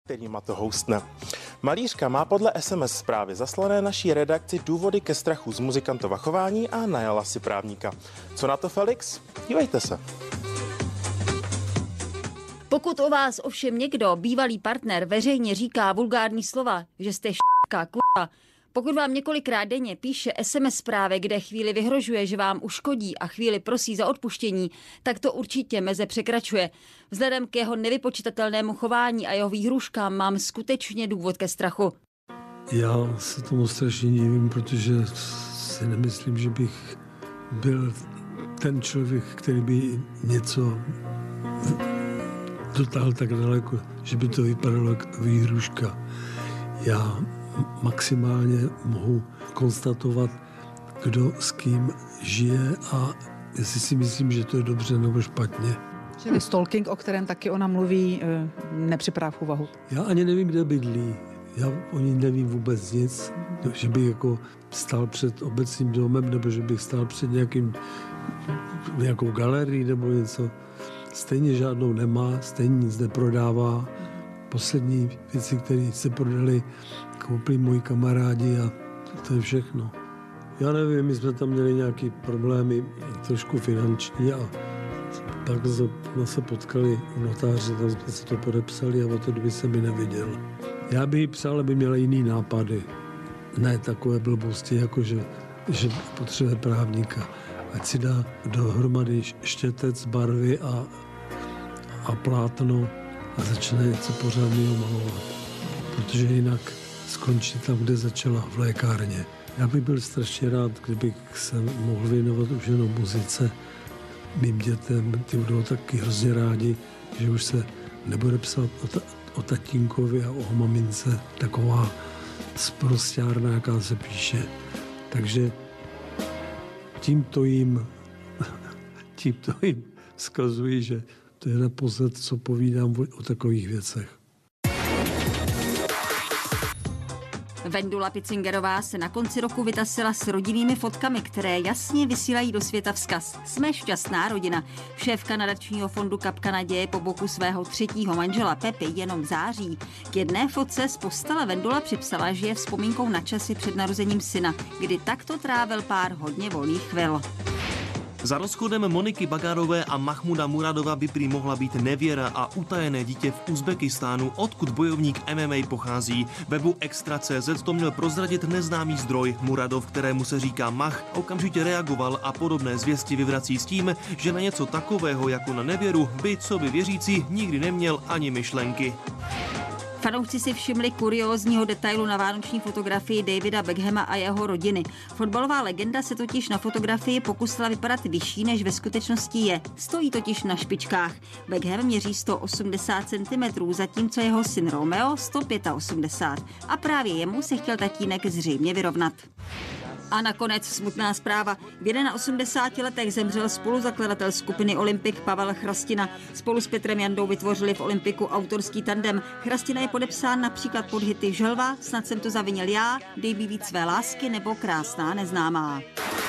kterýma to hostne. Malířka má podle SMS zprávy zaslané naší redakci důvody ke strachu z muzikantova chování a najala si právníka. Co na to, Felix? Dívejte se. Pokud o vás ovšem někdo, bývalý partner, veřejně říká vulgární slova, že jste šťka, kurva, pokud vám několikrát denně píše SMS zprávy, kde chvíli vyhrožuje, že vám uškodí a chvíli prosí za odpuštění, tak to určitě meze překračuje. Vzhledem k jeho nevypočitatelnému chování a jeho výhruškám mám skutečně důvod ke strachu. Já se tomu strašně divím, protože si nemyslím, že bych byl ten člověk, který by něco dotáhl tak daleko, že by to vypadalo jako výhruška. Já maximálně mohu konstatovat, kdo s kým žije a jestli si myslím, že to je dobře nebo špatně. Čili stalking, o kterém taky ona mluví, nepřipadá v úvahu. Já ani nevím, kde bydlí. Já o ní nevím vůbec nic, že bych jako stál před obecním domem nebo že bych stál před nějakou galerií nebo něco. Stejně žádnou nemá, stejně nic neprodává. Poslední věci, které se prodaly, koupili moji kamarádi a to je všechno. Já nevím, my jsme tam měli nějaké problémy, trošku finanční a pak jsme se potkali u notáře, tam jsme se to podepsali a od té doby jsem ji neviděl. Já bych jí přál, aby měla jiný nápady. Ne takové blbosti, jako že potřebuje právníka. Ať si dá dohromady štětec, barvy a plátno a začne něco pořádného malovat. Protože jinak skončí tam, kde začala, v lékárně. Já bych byl strašně rád, kdybych se mohl věnovat už jenom muzice. Mým dětem, ty budou taky hrozně rádi, že už se nebude psát o tatínkovi a o mamince taková sprosťárna, jaká se píše. Takže tímto jim vzkazuji, že to je naposled, co povídám o takových věcech. Vendula Pitzingerová se na konci roku vytasila s rodinnými fotkami, které jasně vysílají do světa vzkaz. Jsme šťastná rodina. Šéfka nadačního fondu Kapka naděje po boku svého třetího manžela Pepy jenom v září. K jedné fotce z postele Vendula připsala, že je vzpomínkou na časy před narozením syna, kdy takto trávil pár hodně volných chvil. Za rozchodem Moniky Bagárové a Mahmuda Muradova by prý mohla být nevěra a utajené dítě v Uzbekistánu, odkud bojovník MMA pochází. Webu Extra.cz to měl prozradit neznámý zdroj. Muradov, kterému se říká Mach, okamžitě reagoval a podobné zvěsti vyvrací s tím, že na něco takového jako na nevěru by, co by věřící, nikdy neměl ani myšlenky. Fanoušci si všimli kuriózního detailu na vánoční fotografii Davida Beckhama a jeho rodiny. Fotbalová legenda se totiž na fotografii pokusila vypadat vyšší, než ve skutečnosti je. Stojí totiž na špičkách. Beckham měří 180 cm, zatímco jeho syn Romeo 185. A právě jemu se chtěl tatínek zřejmě vyrovnat. A nakonec smutná zpráva. V 81 letech zemřel spoluzakladatel skupiny Olympik Pavel Chrastina. Spolu s Petrem Jandou vytvořili v Olympiku autorský tandem. Chrastina je podepsán například pod hity Želva, Snad jsem to zavinil já, Dej mi víc své lásky nebo Krásná neznámá.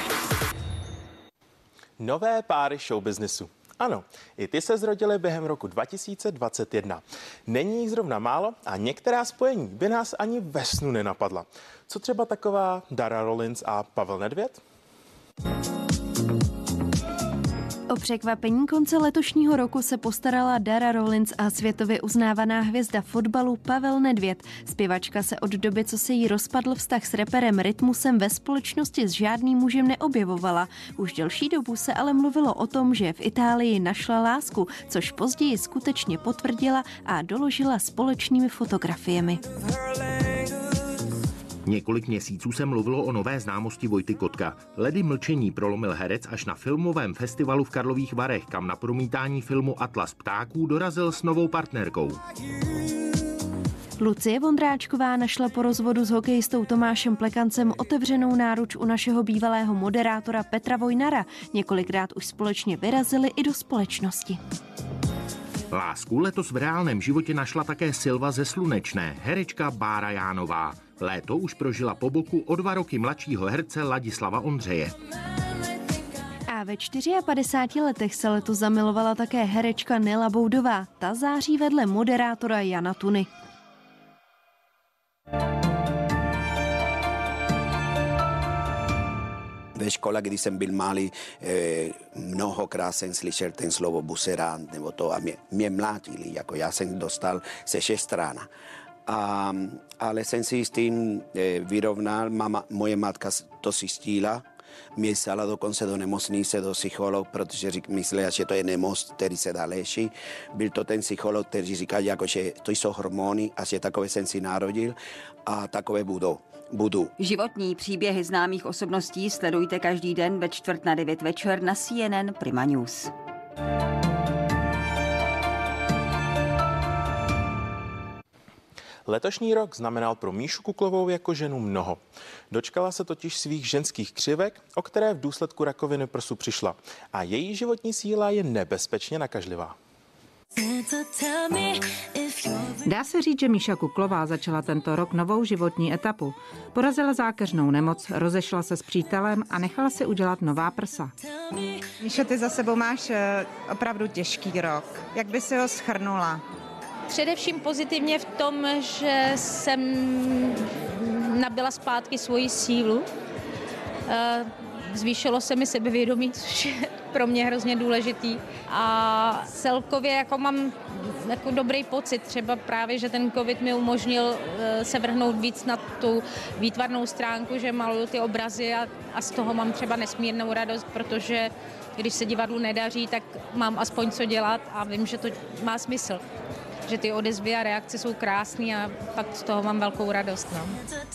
Nové páry showbiznesu. Ano, i ty se zrodily během roku 2021. Není jich zrovna málo a některá spojení by nás ani ve snu nenapadla. Co třeba taková Dara Rollins a Pavel Nedvěd? O překvapení konce letošního roku se postarala Dara Rollins a světově uznávaná hvězda fotbalu Pavel Nedvěd. Zpěvačka se od doby, co se jí rozpadl vztah s reperem Rytmusem, ve společnosti s žádným mužem neobjevovala. Už delší dobu se ale mluvilo o tom, že v Itálii našla lásku, což později skutečně potvrdila a doložila společnými fotografiemi. Několik měsíců se mluvilo o nové známosti Vojty Kotka. Ledy mlčení prolomil herec až na filmovém festivalu v Karlových Varech, kam na promítání filmu Atlas ptáků dorazil s novou partnerkou. Lucie Vondráčková našla po rozvodu s hokejistou Tomášem Plekancem otevřenou náruč u našeho bývalého moderátora Petra Vojnara. Několikrát už společně vyrazili i do společnosti. Lásku letos v reálném životě našla také Silva ze Slunečné, herečka Bára Jánová. Léto už prožila po boku o 2 roky mladšího herce Ladislava Ondřeje. A ve 54 letech se letos zamilovala také herečka Nela Boudová. Ta září vedle moderátora Jana Tuny. ve škole, když jsem byl malý, mnohokrát jsem slyšel ten slovo buserant nebo to a mě mlátili, jako já jsem dostal se 6 strana. Ale jsem si s tím vyrovnal, moje matka to zjistila, mě vzala dokonce do nemocnice, do psychologa, protože myslela, že to je nemoc, který se dá léčit. Byl to ten psycholog, který říkal, jako, že to jsou hormony a že takové jsem si narodil a takové budu. Životní příběhy známých osobností sledujte každý den ve 8:45 večer na CNN Prima News. Letošní rok znamenal pro Míšu Kuklovou jako ženu mnoho. Dočkala se totiž svých ženských křivek, o které v důsledku rakoviny prsu přišla. A její životní síla je nebezpečně nakažlivá. Dá se říct, že Míša Kuklová začala tento rok novou životní etapu. Porazila zákeřnou nemoc, rozešla se s přítelem a nechala si udělat nová prsa. Míšo, ty za sebou máš opravdu těžký rok. Jak by si ho shrnula? Především pozitivně v tom, že jsem nabyla zpátky svoji sílu. Zvýšilo se mi sebevědomí, což je pro mě hrozně důležitý. A celkově jako mám jako dobrý pocit, třeba právě, že ten covid mi umožnil se vrhnout víc na tu výtvarnou stránku, že maluju ty obrazy a z toho mám třeba nesmírnou radost, protože když se divadlu nedaří, tak mám aspoň co dělat a vím, že to má smysl. Že ty odezvy a reakce jsou krásný a pak z toho mám velkou radost. No.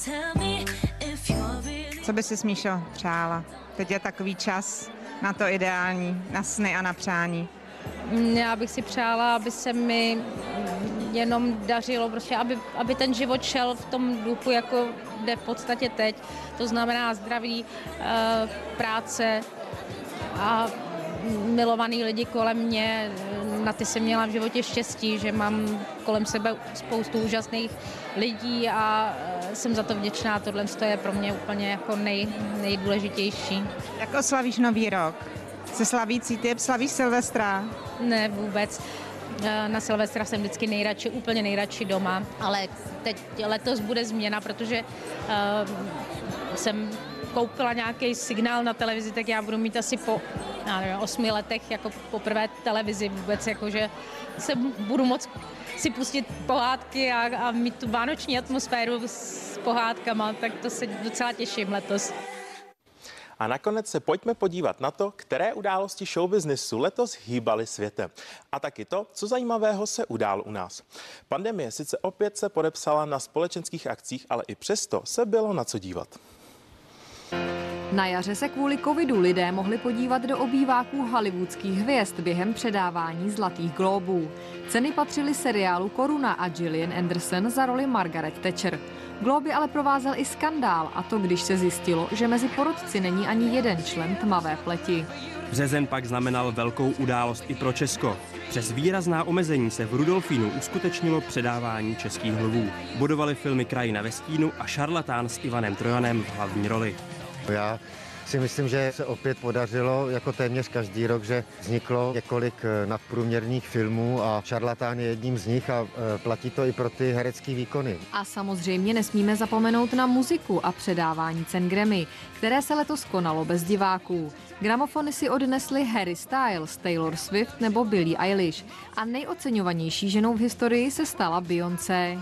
Co by si, Míšo, přála? Teď je takový čas na to ideální, na sny a na přání. Já bych si přála, aby se mi jenom dařilo, prostě aby ten život šel v tom duchu, jako jde v podstatě teď. To znamená zdraví, práce a milovaný lidi kolem mě. Na ty jsem měla v životě štěstí, že mám kolem sebe spoustu úžasných lidí a jsem za to vděčná. Tohle je pro mě úplně jako nejdůležitější. Jak oslavíš nový rok? Jsi slavící typ? Slavíš Silvestra? Ne, vůbec. Na Silvestra jsem vždycky úplně nejradši doma, ale letos bude změna, protože jsem koupila nějaký signál na televizi, tak já budu mít asi po 8 letech jako poprvé televizi vůbec, jakože se budu moct si pustit pohádky a mít tu vánoční atmosféru s pohádkama, tak to se docela těším letos. A nakonec se pojďme podívat na to, které události showbiznesu letos hýbaly světem. A taky to, co zajímavého se událo u nás. Pandemie sice opět se podepsala na společenských akcích, ale i přesto se bylo na co dívat. Na jaře se kvůli covidu lidé mohli podívat do obýváků hollywoodských hvězd během předávání Zlatých glóbů. Ceny patřily seriálu Koruna a Gillian Anderson za roli Margaret Thatcher. Glóby ale provázel i skandál, a to když se zjistilo, že mezi porotci není ani jeden člen tmavé pleti. Březen pak znamenal velkou událost i pro Česko. Přes výrazná omezení se v Rudolfínu uskutečnilo předávání českých lvů. Bodovali filmy Krajina ve stínu a Šarlatán s Ivanem Trojanem v hlavní roli. Já si myslím, že se opět podařilo, jako téměř každý rok, že vzniklo několik nadprůměrných filmů a Šarlatán je jedním z nich a platí to i pro ty herecké výkony. A samozřejmě nesmíme zapomenout na muziku a předávání cen Grammy, které se letos konalo bez diváků. Gramofony si odnesli Harry Styles, Taylor Swift nebo Billie Eilish. A nejoceňovanější ženou v historii se stala Beyoncé.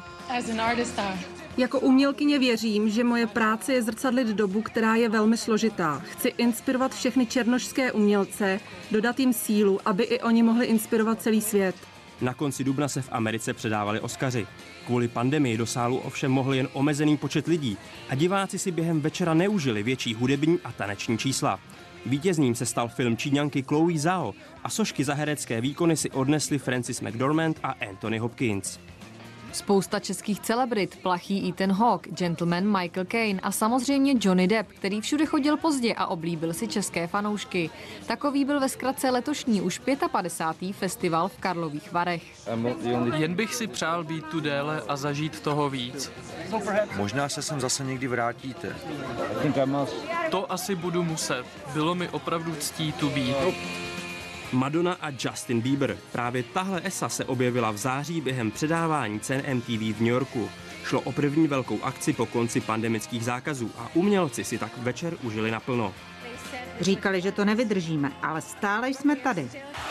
Jako umělkyně věřím, že moje práce je zrcadlit dobu, která je velmi složitá. Chci inspirovat všechny černošské umělce, dodat jim sílu, aby i oni mohli inspirovat celý svět. Na konci dubna se v Americe předávali Oscaři. Kvůli pandemii do sálu ovšem mohl jen omezený počet lidí a diváci si během večera neužili větší hudební a taneční čísla. Vítězným se stal film Číňanky Chloe Zhao a sošky za herecké výkony si odnesli Frances McDormand a Anthony Hopkins. Spousta českých celebrit, plachý Ethan Hawke, gentleman Michael Caine a samozřejmě Johnny Depp, který všude chodil pozdě a oblíbil si české fanoušky. Takový byl ve zkratce letošní už 55. festival v Karlových Varech. Jen bych si přál být tu déle a zažít toho víc. Možná se sem zase někdy vrátíte. To asi budu muset. Bylo mi opravdu ctí tu být. Madonna a Justin Bieber. Právě tahle esa se objevila v září během předávání cen MTV v New Yorku. Šlo o první velkou akci po konci pandemických zákazů a umělci si tak večer užili naplno. Říkali, že to nevydržíme, ale stále jsme tady.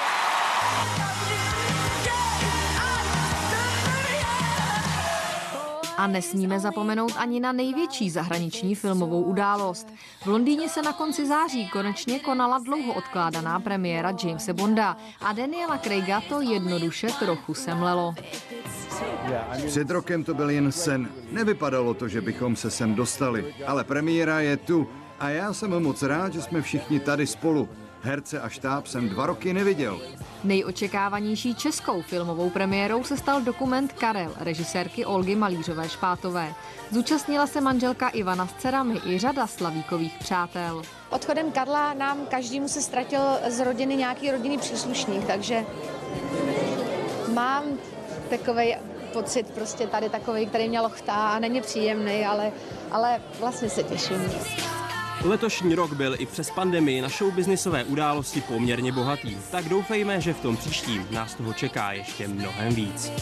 A nesmíme zapomenout ani na největší zahraniční filmovou událost. V Londýně se na konci září konečně konala dlouho odkládaná premiéra Jamese Bonda a Daniela Craiga to jednoduše trochu semlelo. Před rokem to byl jen sen. Nevypadalo to, že bychom se sem dostali, ale premiéra je tu a já jsem moc rád, že jsme všichni tady spolu. Herce a štáb jsem 2 roky neviděl. Nejočekávanější českou filmovou premiérou se stal dokument Karel režisérky Olgy Malířové-Špátové. Zúčastnila se manželka Ivana s dcerami i řada slavíkových přátel. Odchodem Karla nám každému se ztratil z rodiny nějaký rodinný příslušník, takže mám takovej pocit prostě tady takovej, který mě lochtá a není příjemný, ale vlastně se těším. Letošní rok byl i přes pandemii na showbiznisové události poměrně bohatý, tak doufejme, že v tom příštím nás toho čeká ještě mnohem víc.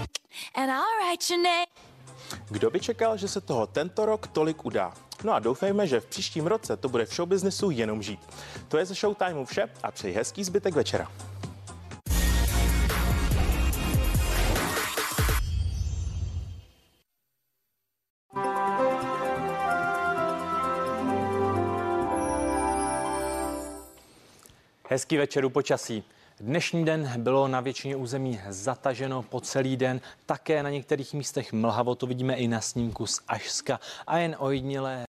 Kdo by čekal, že se toho tento rok tolik udá? No a doufejme, že v příštím roce to bude v showbiznisu jenom žít. To je ze Showtimeu vše a přeji hezký zbytek večera. Hezký večer u počasí. Dnešní den bylo na většině území zataženo po celý den, také na některých místech mlhavo, to vidíme i na snímku z Ašska a jen ojedinělé